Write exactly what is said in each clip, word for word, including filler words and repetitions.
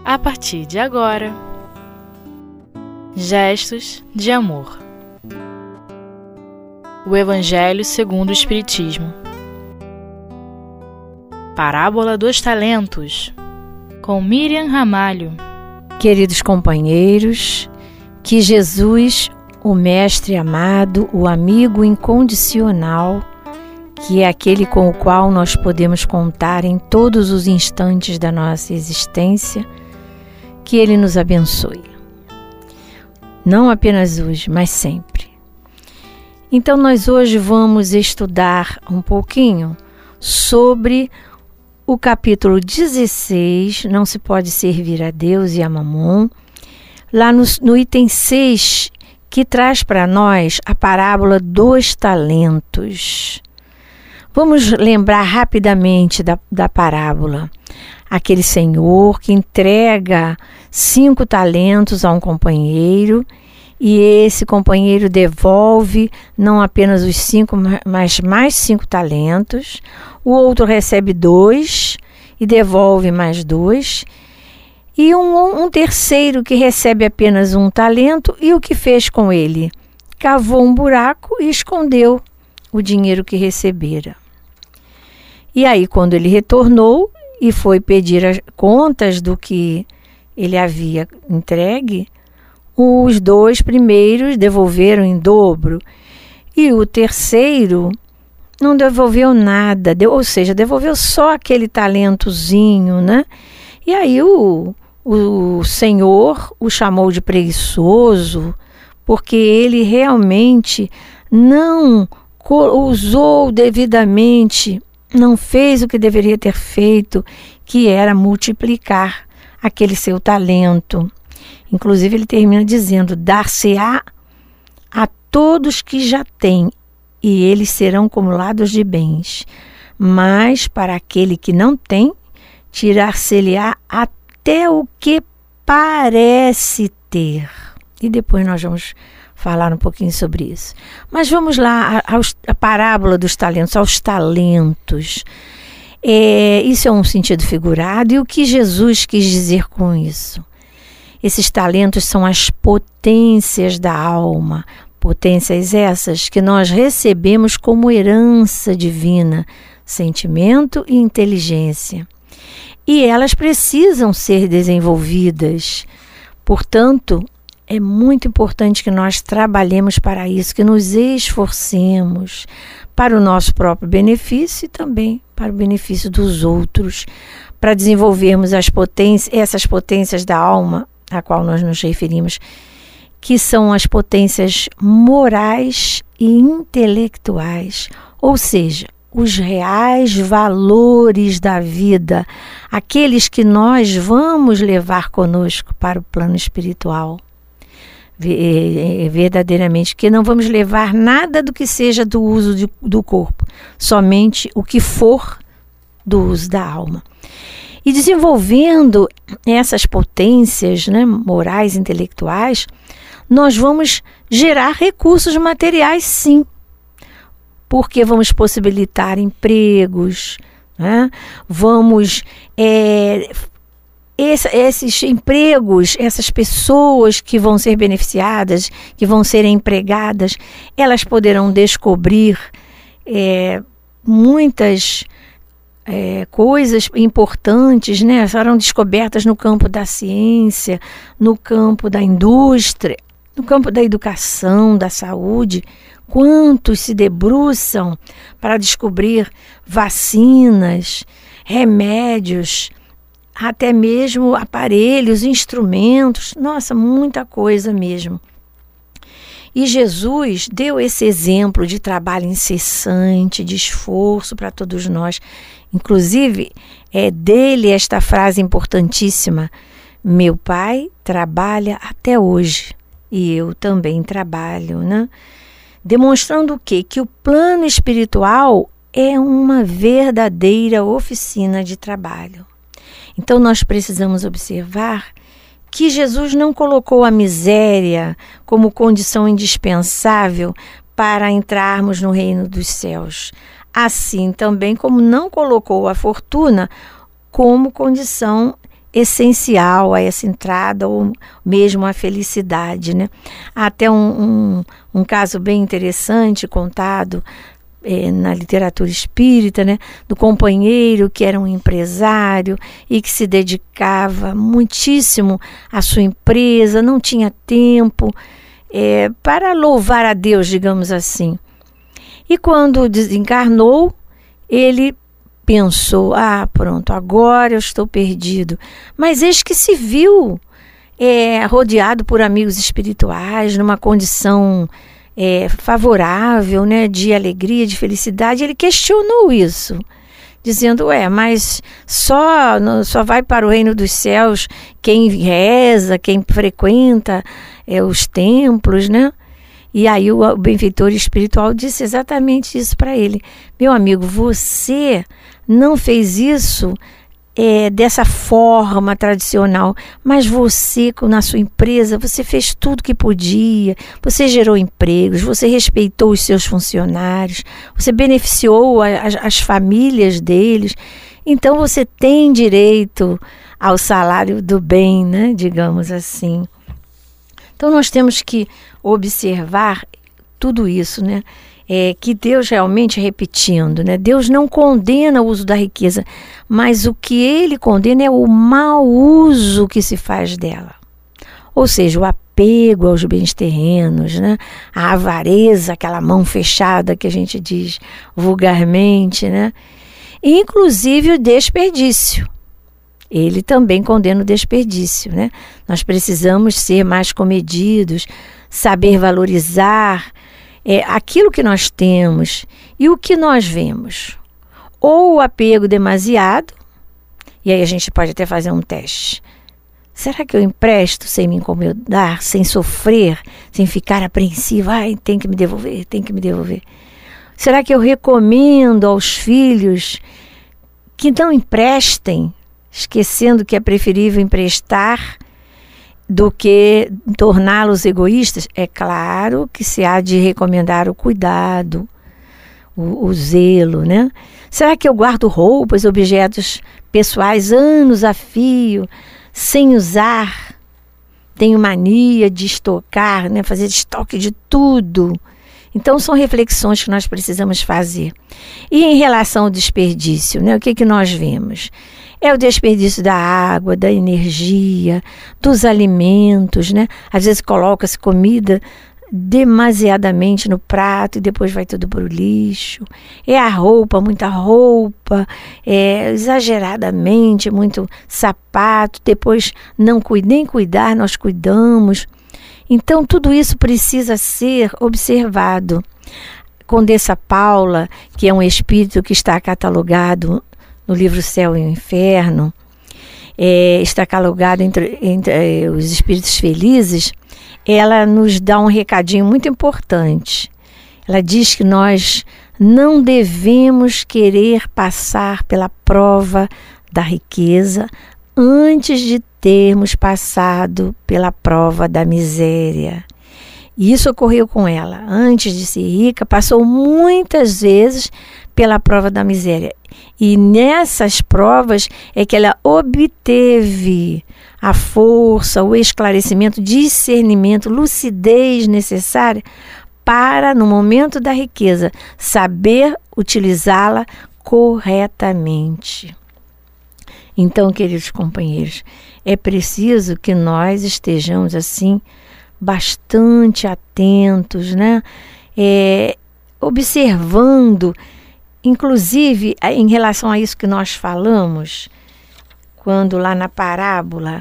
a partir de agora. Gestos de amor. O Evangelho segundo o Espiritismo. Parábola dos Talentos, com Miriam Ramalho. Queridos companheiros, que Jesus, o Mestre amado, o amigo incondicional, que é aquele com o qual nós podemos contar em todos os instantes da nossa existência, que Ele nos abençoe. Não apenas hoje, mas sempre. Então nós hoje vamos estudar um pouquinho sobre o capítulo dezesseis, Não se pode servir a Deus e a Mamon, lá no, no item seis, que traz para nós a parábola dos talentos. Vamos lembrar rapidamente da, da parábola. Aquele senhor que entrega cinco talentos a um companheiro e esse companheiro devolve não apenas os cinco, mas mais cinco talentos. O outro recebe dois e devolve mais dois. E um, um terceiro que recebe apenas um talento, e o que fez com ele? Cavou um buraco e escondeu o dinheiro que recebera. E aí, quando ele retornou e foi pedir as contas do que ele havia entregue, os dois primeiros devolveram em dobro e o terceiro não devolveu nada, deu, ou seja, devolveu só aquele talentozinho, né? E aí o, o Senhor o chamou de preguiçoso, porque ele realmente não usou devidamente, não fez o que deveria ter feito, que era multiplicar aquele seu talento. Inclusive ele termina dizendo: dar-se-á a todos que já têm, e eles serão acumulados de bens. Mas para aquele que não tem, tirar-se-lhe-á até o que parece ter. E depois nós vamos falar um pouquinho sobre isso. Mas vamos lá, a, a parábola dos talentos, aos talentos. É, isso é um sentido figurado. E o que Jesus quis dizer com isso? Esses talentos são as potências da alma, potências essas que nós recebemos como herança divina, sentimento e inteligência. E elas precisam ser desenvolvidas. Portanto, é muito importante que nós trabalhemos para isso, que nos esforcemos para o nosso próprio benefício e também para o benefício dos outros, para desenvolvermos as potências, essas potências da alma a qual nós nos referimos, que são as potências morais e intelectuais, ou seja, os reais valores da vida, aqueles que nós vamos levar conosco para o plano espiritual. Verdadeiramente, que não vamos levar nada do que seja do uso de, do corpo, somente o que for do uso da alma. E desenvolvendo essas potências, né, morais e intelectuais, nós vamos gerar recursos materiais, sim, porque vamos possibilitar empregos, né? Vamos... É, Esse, esses empregos, essas pessoas que vão ser beneficiadas, que vão ser empregadas, elas poderão descobrir é, muitas é, coisas importantes, né? Serão descobertas no campo da ciência, no campo da indústria, no campo da educação, da saúde. Quantos se debruçam para descobrir vacinas, remédios, até mesmo aparelhos, instrumentos, nossa, muita coisa mesmo. E Jesus deu esse exemplo de trabalho incessante, de esforço para todos nós. Inclusive, é dele esta frase importantíssima: meu pai trabalha até hoje e eu também trabalho, né? Demonstrando o quê? Que o plano espiritual é uma verdadeira oficina de trabalho. Então nós precisamos observar que Jesus não colocou a miséria como condição indispensável para entrarmos no reino dos céus. Assim também como não colocou a fortuna como condição essencial a essa entrada ou mesmo a felicidade, né? Há até um, um, um caso bem interessante contado é, na literatura espírita, né? Do companheiro que era um empresário e que se dedicava muitíssimo à sua empresa, não tinha tempo é, para louvar a Deus, digamos assim. E quando desencarnou, ele pensou, ah, pronto, agora eu estou perdido. Mas eis que se viu é, rodeado por amigos espirituais, numa condição é, favorável, né, de alegria, de felicidade. Ele questionou isso, dizendo, ué, mas só, só vai para o reino dos céus quem reza, quem frequenta é, os templos, né? E aí o benfeitor espiritual disse exatamente isso para ele. Meu amigo, você não fez isso é, dessa forma tradicional, mas você, na sua empresa, você fez tudo que podia, você gerou empregos, você respeitou os seus funcionários, você beneficiou a, as, as famílias deles, então você tem direito ao salário do bem, né, digamos assim. Então nós temos que observar tudo isso, né? É, que Deus realmente, repetindo, né? Deus não condena o uso da riqueza, mas o que ele condena é o mau uso que se faz dela. Ou seja, o apego aos bens terrenos, né? A avareza, aquela mão fechada que a gente diz vulgarmente, né? E, inclusive o desperdício. Ele também condena o desperdício, né? Nós precisamos ser mais comedidos, saber valorizar é, aquilo que nós temos e o que nós vemos. Ou o apego demasiado, e aí a gente pode até fazer um teste. Será que eu empresto sem me incomodar, sem sofrer, sem ficar apreensiva? Ai, tem que me devolver, tem que me devolver. Será que eu recomendo aos filhos que não emprestem, esquecendo que é preferível emprestar do que torná-los egoístas? É claro que se há de recomendar o cuidado, o, o zelo, né? Será que eu guardo roupas, objetos pessoais anos a fio, sem usar? Tenho mania de estocar, né? Fazer estoque de tudo. Então, são reflexões que nós precisamos fazer. E em relação ao desperdício, né? O que, que nós vemos? É o desperdício da água, da energia, dos alimentos, né? Às vezes coloca-se comida demasiadamente no prato e depois vai tudo para o lixo. É a roupa, muita roupa, é, exageradamente, muito sapato, depois não nem cuidar, nós cuidamos. Então, tudo isso precisa ser observado. Condessa Paula, que é um espírito que está catalogado no livro Céu e o Inferno, é, está catalogado entre, entre é, os espíritos felizes, ela nos dá um recadinho muito importante. Ela diz que nós não devemos querer passar pela prova da riqueza antes de termos passado pela prova da miséria. E isso ocorreu com ela. Antes de ser rica, passou muitas vezes pela prova da miséria. E nessas provas é que ela obteve a força, o esclarecimento, discernimento, lucidez necessária para, no momento da riqueza, saber utilizá-la corretamente. Então, queridos companheiros, é preciso que nós estejamos assim bastante atentos, né? É, observando, inclusive em relação a isso que nós falamos, quando lá na parábola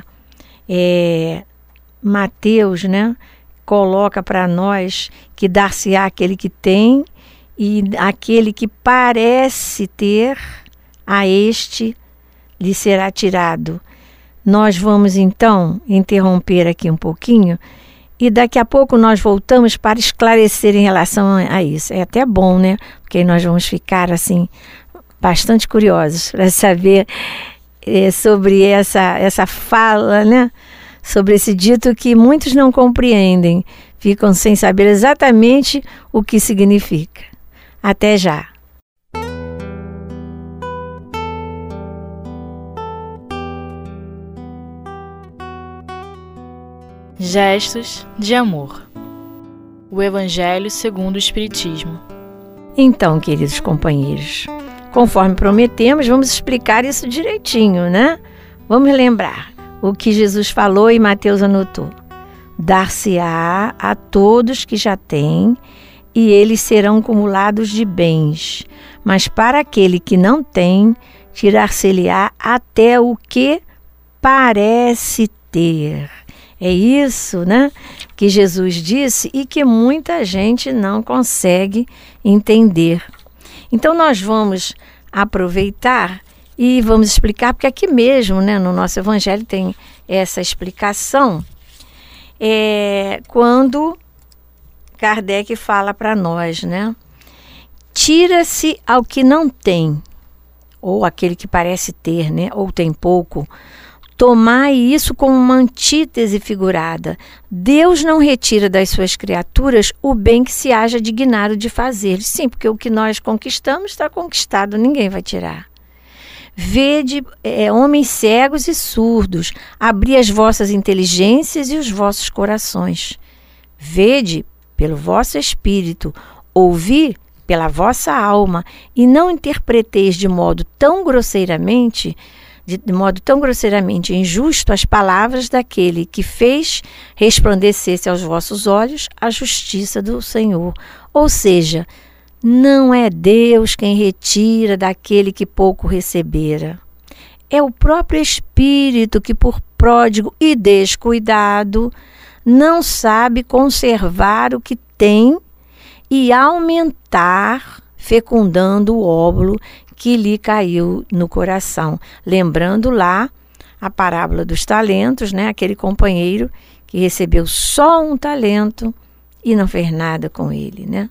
é, Mateus, né, coloca para nós que dar-se-á aquele que tem e aquele que parece ter, a este lhe será tirado. Nós vamos então interromper aqui um pouquinho e daqui a pouco nós voltamos para esclarecer em relação a isso. É até bom, né? Porque nós vamos ficar assim bastante curiosos para saber é, sobre essa, essa fala, né? Sobre esse dito que muitos não compreendem, ficam sem saber exatamente o que significa. Até já! Gestos de amor. O Evangelho segundo o Espiritismo. Então, queridos companheiros, conforme prometemos, vamos explicar isso direitinho, né? Vamos lembrar o que Jesus falou e Mateus anotou. Dar-se-á a todos que já têm, e eles serão cumulados de bens. Mas para aquele que não tem, tirar-se-lhe-á até o que parece ter. É isso, né, que Jesus disse e que muita gente não consegue entender. Então nós vamos aproveitar e vamos explicar, porque aqui mesmo, né, no nosso Evangelho tem essa explicação, é, quando Kardec fala para nós, né, tira-se ao que não tem, ou aquele que parece ter, né, ou tem pouco. Tomai isso como uma antítese figurada. Deus não retira das suas criaturas o bem que se haja dignado de fazer. Sim, porque o que nós conquistamos está conquistado, ninguém vai tirar. Vede, é, homens cegos e surdos, abri as vossas inteligências e os vossos corações. Vede pelo vosso espírito, ouvi pela vossa alma, e não interpreteis de modo tão grosseiramente De, de modo tão grosseiramente injusto as palavras daquele que fez resplandecesse aos vossos olhos a justiça do Senhor. Ou seja, não é Deus quem retira daquele que pouco recebera. É o próprio Espírito que, por pródigo e descuidado, não sabe conservar o que tem e aumentar, fecundando o óvulo que lhe caiu no coração. Lembrando lá a parábola dos talentos, né? Aquele companheiro que recebeu só um talento e não fez nada com ele, né?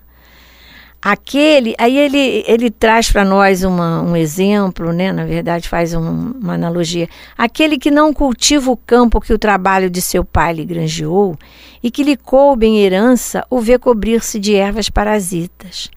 Aquele, aí ele, ele traz para nós uma, um exemplo, né? Na verdade faz um, uma analogia. Aquele que não cultiva o campo que o trabalho de seu pai lhe granjeou e que lhe coube em herança, o vê cobrir-se de ervas parasitas.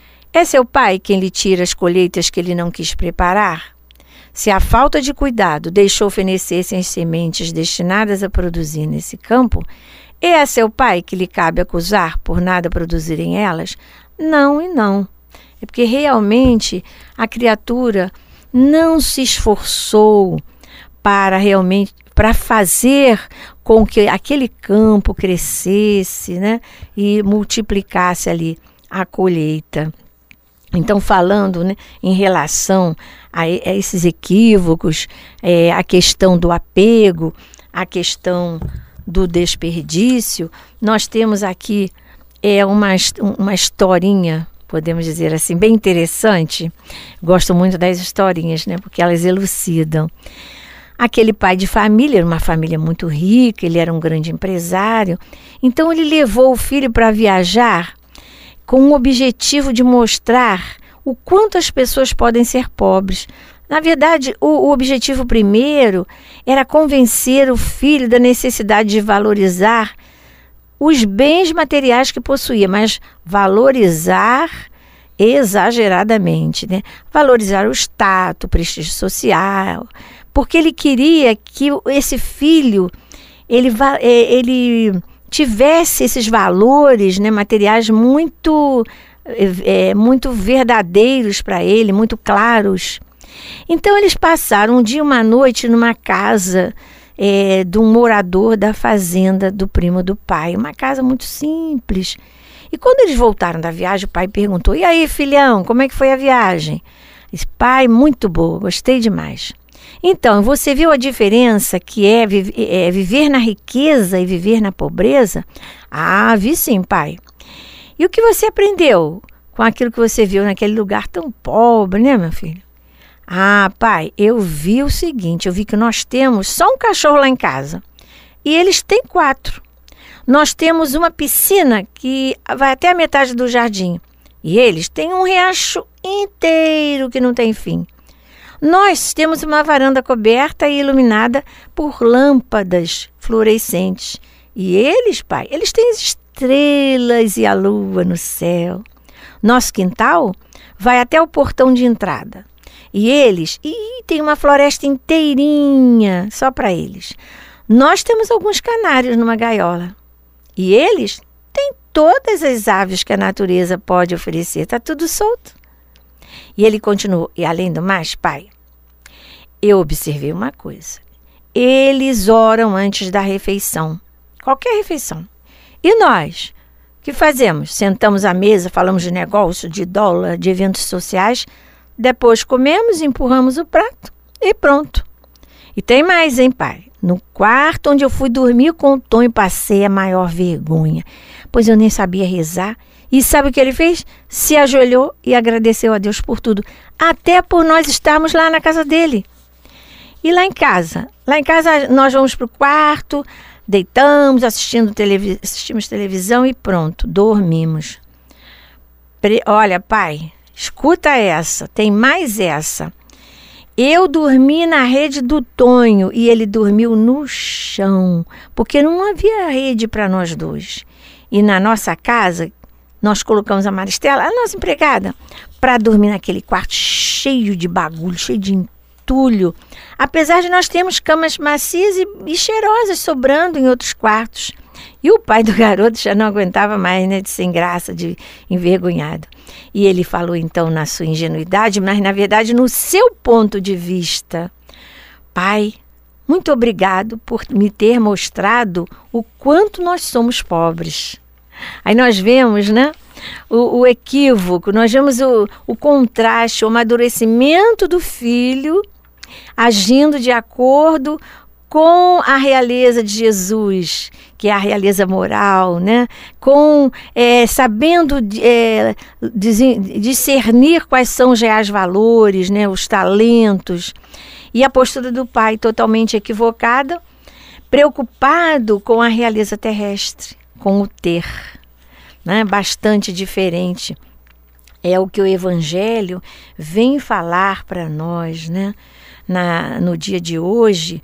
É seu pai quem lhe tira as colheitas que ele não quis preparar? Se a falta de cuidado deixou fenecerem as sementes destinadas a produzir nesse campo, é a seu pai que lhe cabe acusar por nada produzirem elas? Não e não. É porque realmente a criatura não se esforçou para realmente para fazer com que aquele campo crescesse, né, e multiplicasse ali a colheita. Então, falando, né, em relação a, a esses equívocos, é, a questão do apego, a questão do desperdício, nós temos aqui é, uma, uma historinha, podemos dizer assim, bem interessante. Gosto muito das historinhas, né, porque elas elucidam. Aquele pai de família, era uma família muito rica, ele era um grande empresário, então ele levou o filho para viajar com o objetivo de mostrar o quanto as pessoas podem ser pobres. Na verdade, o, o objetivo primeiro era convencer o filho da necessidade de valorizar os bens materiais que possuía, mas valorizar exageradamente, né? Valorizar o status, o prestígio social, porque ele queria que esse filho, ele... ele tivesse esses valores, né, materiais muito, é, muito verdadeiros para ele, muito claros. Então eles passaram um dia e uma noite numa casa é, de um morador da fazenda do primo do pai, uma casa muito simples. E quando eles voltaram da viagem, o pai perguntou: e aí, filhão, como é que foi a viagem? Disse: pai, muito boa, gostei demais. Então, você viu a diferença que é, vi- é viver na riqueza e viver na pobreza? Ah, vi sim, pai. E o que você aprendeu com aquilo que você viu naquele lugar tão pobre, né, meu filho? Ah, pai, eu vi o seguinte, eu vi que nós temos só um cachorro lá em casa e eles têm quatro. Nós temos uma piscina que vai até a metade do jardim e eles têm um riacho inteiro que não tem fim. Nós temos uma varanda coberta e iluminada por lâmpadas fluorescentes. E eles, pai, eles têm estrelas e a lua no céu. Nosso quintal vai até o portão de entrada. E eles, e tem uma floresta inteirinha só para eles. Nós temos alguns canários numa gaiola e eles têm todas as aves que a natureza pode oferecer, está tudo solto. E ele continuou, e além do mais, pai, eu observei uma coisa, eles oram antes da refeição, qualquer refeição, e nós, o que fazemos? Sentamos à mesa, falamos de negócio, de dólar, de eventos sociais, depois comemos, empurramos o prato e pronto. E tem mais, hein, pai? No quarto onde eu fui dormir com o Tonho, passei a maior vergonha, pois eu nem sabia rezar. E sabe o que ele fez? Se ajoelhou e agradeceu a Deus por tudo, até por nós estarmos lá na casa dele. E lá em casa? Lá em casa nós vamos para o quarto, deitamos, assistindo televi- assistimos televisão e pronto, dormimos. Pre- Olha, pai, escuta essa, tem mais essa. Eu dormi na rede do Tonho e ele dormiu no chão, porque não havia rede para nós dois. E na nossa casa, nós colocamos a Maristela, a nossa empregada, para dormir naquele quarto cheio de bagulho, cheio de entulho. Apesar de nós termos camas macias e, e cheirosas sobrando em outros quartos. E o pai do garoto já não aguentava mais, né, de sem graça, de envergonhado. E ele falou então na sua ingenuidade, mas na verdade no seu ponto de vista. Pai, muito obrigado por me ter mostrado o quanto nós somos pobres. Aí nós vemos, né, o, o equívoco, nós vemos o, o contraste, o amadurecimento do filho agindo de acordo com a realeza de Jesus, que é a realeza moral, né? Com, é, sabendo é, discernir quais são os reais valores, né? Os talentos, e a postura do pai totalmente equivocada, preocupado com a realeza terrestre, com o ter, né? Bastante diferente. É o que o Evangelho vem falar para nós, né? Na, no dia de hoje,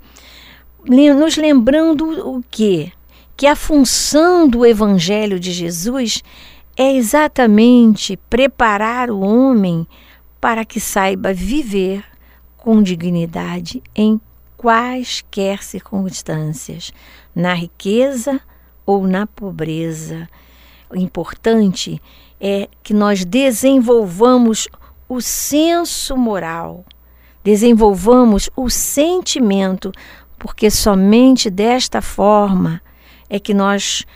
nos lembrando o quê? Que a função do Evangelho de Jesus é exatamente preparar o homem para que saiba viver com dignidade em quaisquer circunstâncias, na riqueza ou na pobreza. O importante é que nós desenvolvamos o senso moral, desenvolvamos o sentimento, porque somente desta forma é que nós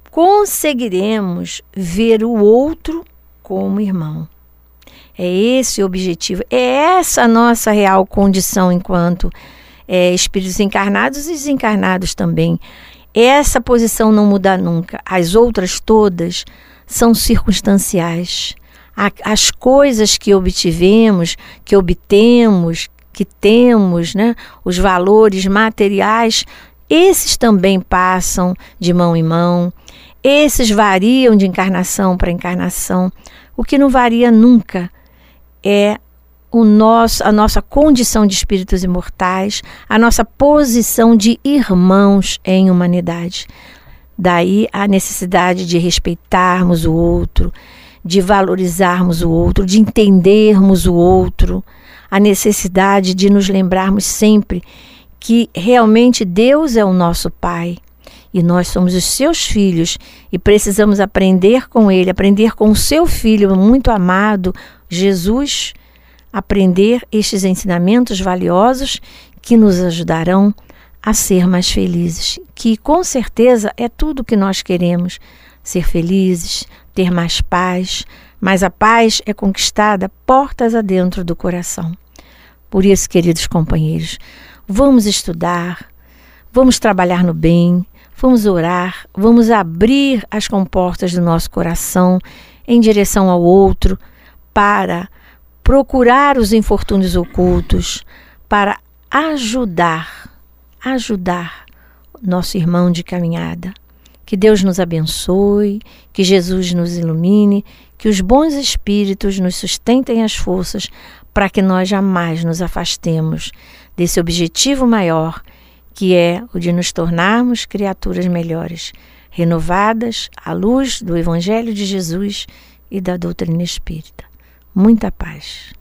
conseguiremos ver o outro como irmão. É esse o objetivo, é essa a nossa real condição enquanto é, espíritos encarnados e desencarnados também. Essa posição não muda nunca, as outras todas são circunstanciais. As coisas que obtivemos, que obtemos, que temos, né, os valores materiais, esses também passam de mão em mão, esses variam de encarnação para encarnação. O que não varia nunca é o nosso, a nossa condição de espíritos imortais, a nossa posição de irmãos em humanidade. Daí a necessidade de respeitarmos o outro, de valorizarmos o outro, de entendermos o outro, a necessidade de nos lembrarmos sempre que realmente Deus é o nosso Pai e nós somos os seus filhos e precisamos aprender com Ele, aprender com o seu Filho muito amado, Jesus, aprender estes ensinamentos valiosos que nos ajudarão a ser mais felizes, que com certeza é tudo o que nós queremos, ser felizes, ter mais paz, mas a paz é conquistada portas adentro do coração. Por isso, queridos companheiros, vamos estudar, vamos trabalhar no bem, vamos orar, vamos abrir as comportas do nosso coração em direção ao outro para procurar os infortúnios ocultos, para ajudar, ajudar nosso irmão de caminhada. Que Deus nos abençoe, que Jesus nos ilumine, que os bons espíritos nos sustentem as forças para que nós jamais nos afastemos desse objetivo maior, que é o de nos tornarmos criaturas melhores, renovadas à luz do Evangelho de Jesus e da doutrina espírita. Muita paz.